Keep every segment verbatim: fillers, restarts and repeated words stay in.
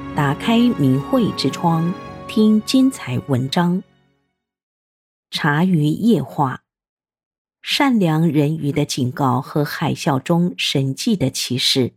打开明慧之窗，听精彩文章。茶余夜话，善良人鱼的警告和海啸中神迹的启示。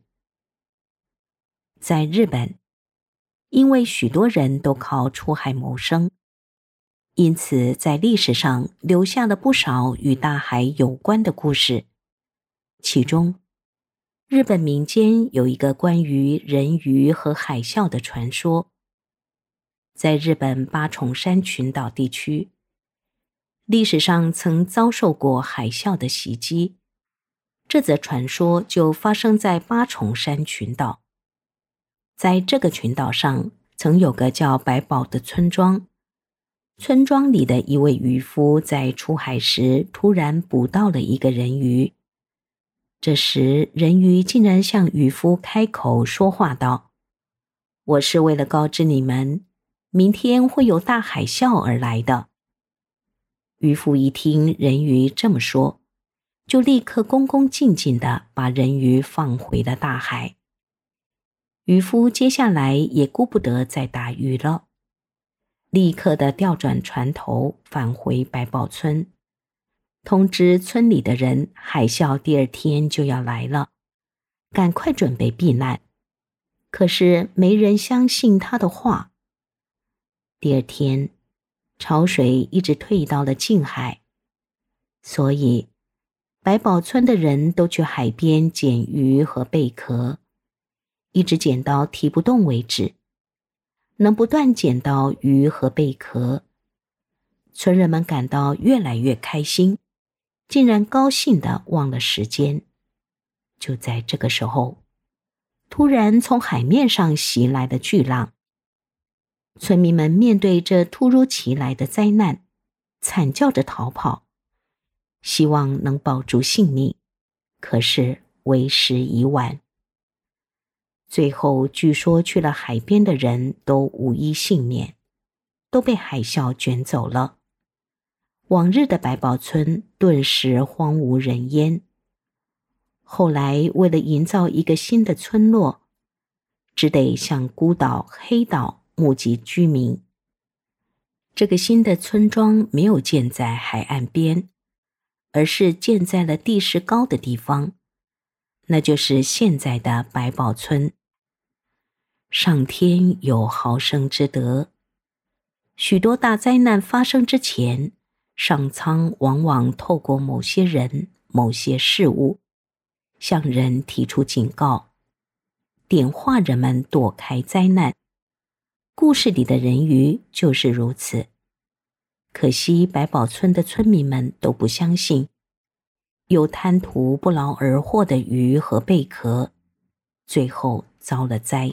在日本，因为许多人都靠出海谋生，因此在历史上留下了不少与大海有关的故事。其中，日本民间有一个关于人鱼和海啸的传说。在日本八重山群岛地区，历史上曾遭受过海啸的袭击，这则传说就发生在八重山群岛。在这个群岛上，曾有个叫白宝的村庄，村庄里的一位渔夫在出海时突然捕到了一个人鱼。这时，人鱼竟然向渔夫开口说话道：“我是为了告知你们，明天会有大海啸而来的。”渔夫一听人鱼这么说，就立刻恭恭敬敬地把人鱼放回了大海。渔夫接下来也顾不得再打鱼了，立刻地调转船头返回白宝村，通知村里的人海啸第二天就要来了，赶快准备避难。可是没人相信他的话。第二天，潮水一直退到了近海，所以白宝村的人都去海边捡鱼和贝壳，一直捡到提不动为止。能不断捡到鱼和贝壳，村人们感到越来越开心，竟然高兴地忘了时间。就在这个时候，突然从海面上袭来了巨浪。村民们面对这突如其来的灾难，惨叫着逃跑，希望能保住性命，可是为时已晚。最后据说去了海边的人都无一幸免，都被海啸卷走了。往日的白宝村顿时荒无人烟。后来为了营造一个新的村落，只得向孤岛、黑岛募集居民。这个新的村庄没有建在海岸边，而是建在了地势高的地方，那就是现在的白宝村。上天有好生之德，许多大灾难发生之前，上苍往往透过某些人、某些事物，向人提出警告，点化人们躲开灾难。故事里的人鱼就是如此。可惜白宝村的村民们都不相信，又贪图不劳而获的鱼和贝壳，最后遭了灾。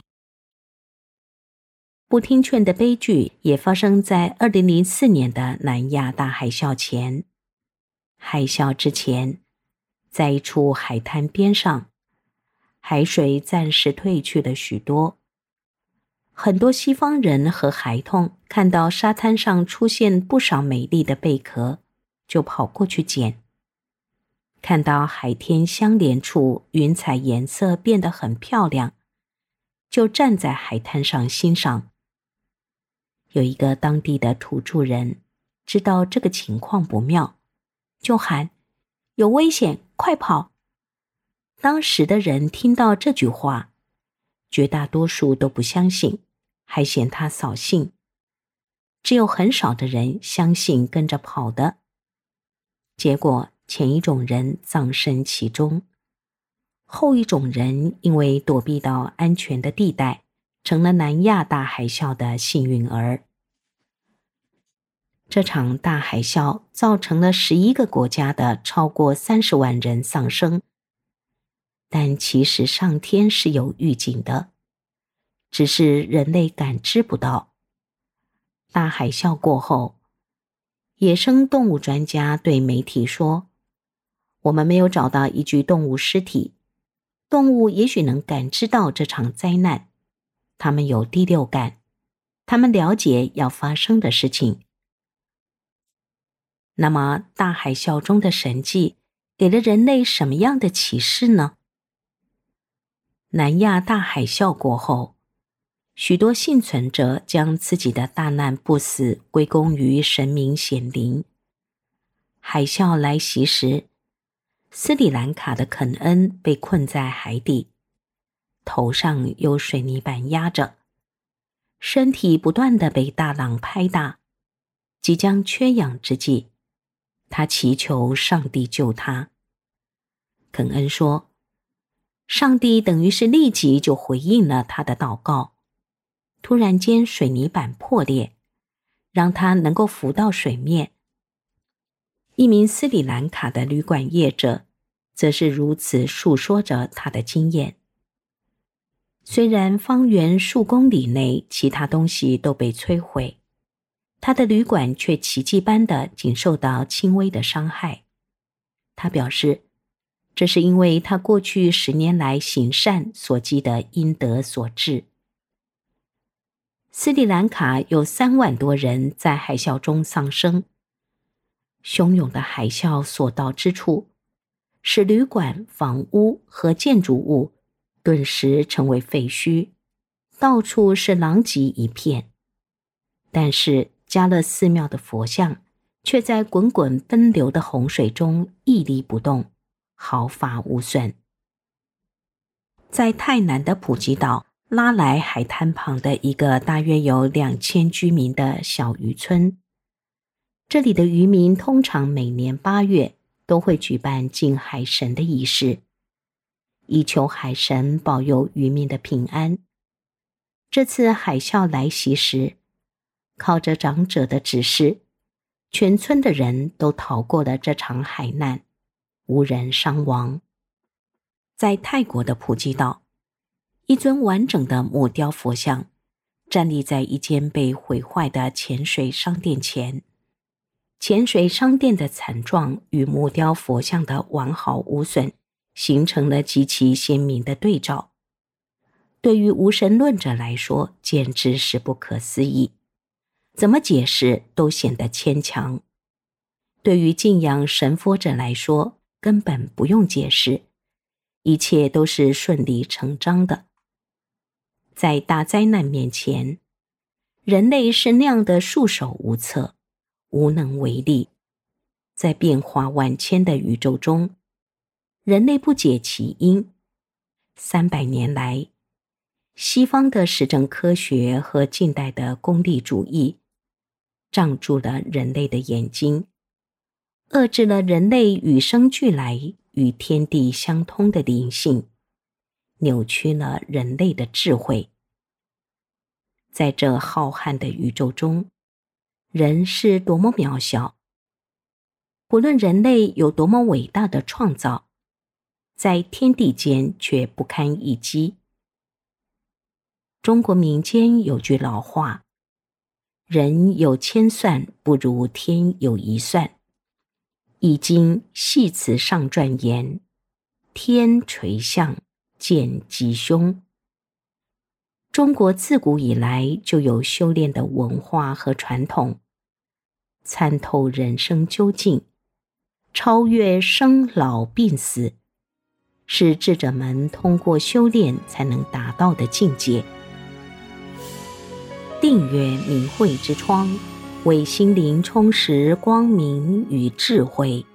不听劝的悲剧也发生在二零零四年的南亚大海啸前。海啸之前，在一处海滩边上，海水暂时退去了许多。很多西方人和孩童看到沙滩上出现不少美丽的贝壳，就跑过去捡。看到海天相连处云彩颜色变得很漂亮，就站在海滩上欣赏。有一个当地的土著人知道这个情况不妙，就喊：“有危险，快跑！”当时的人听到这句话，绝大多数都不相信，还嫌他扫兴。只有很少的人相信跟着跑的。结果前一种人葬身其中，后一种人因为躲避到安全的地带，成了南亚大海啸的幸运儿。这场大海啸造成了十一个国家的超过三十万人丧生。但其实上天是有预警的，只是人类感知不到。大海啸过后，野生动物专家对媒体说：“我们没有找到一具动物尸体，动物也许能感知到这场灾难，它们有第六感，它们了解要发生的事情。”那么大海啸中的神迹给了人类什么样的启示呢？南亚大海啸过后， 许多幸存者将自己的大难不死归功于神明显灵。海啸来袭时，斯里兰卡的肯恩被困在海底，头上有水泥板压着，身体不断地被大浪拍打，即将缺氧之际，他祈求上帝救他。肯恩说，上帝等于是立即就回应了他的祷告。突然间水泥板破裂，让他能够浮到水面。一名斯里兰卡的旅馆业者则是如此述说着他的经验。虽然方圆数公里内其他东西都被摧毁，他的旅馆却奇迹般的仅受到轻微的伤害。他表示，这是因为他过去十年来行善所积的阴德所致。斯里兰卡有三万多人在海啸中丧生。汹涌的海啸所到之处，使旅馆、房屋和建筑物顿时成为废墟，到处是狼藉一片。但是迦勒寺庙的佛像却在滚滚奔流的洪水中屹立不动，毫发无损。在泰南的普吉岛拉莱海滩旁的一个大约有两千居民的小渔村，这里的渔民通常每年八月都会举办敬海神的仪式，以求海神保佑渔民的平安。这次海啸来袭时，靠着长者的指示，全村的人都逃过了这场海难，无人伤亡。在泰国的普吉岛，一尊完整的木雕佛像站立在一间被毁坏的潜水商店前。潜水商店的惨状与木雕佛像的完好无损形成了极其鲜明的对照。对于无神论者来说，简直是不可思议，怎么解释都显得牵强。对于敬仰神佛者来说，根本不用解释，一切都是顺理成章的。在大灾难面前，人类是那样的束手无策，无能为力。在变化万千的宇宙中，人类不解其因。三百年来，西方的实证科学和近代的功利主义障住了人类的眼睛，遏制了人类与生俱来与天地相通的灵性，扭曲了人类的智慧。在这浩瀚的宇宙中，人是多么渺小。不论人类有多么伟大的创造，在天地间却不堪一击。中国民间有句老话，人有千算，不如天有一算。易经系辞上传言，天垂象，见吉凶。中国自古以来就有修炼的文化和传统，参透人生究竟，超越生老病死，是智者们通过修炼才能达到的境界。订阅明慧之窗，为心灵充实光明与智慧。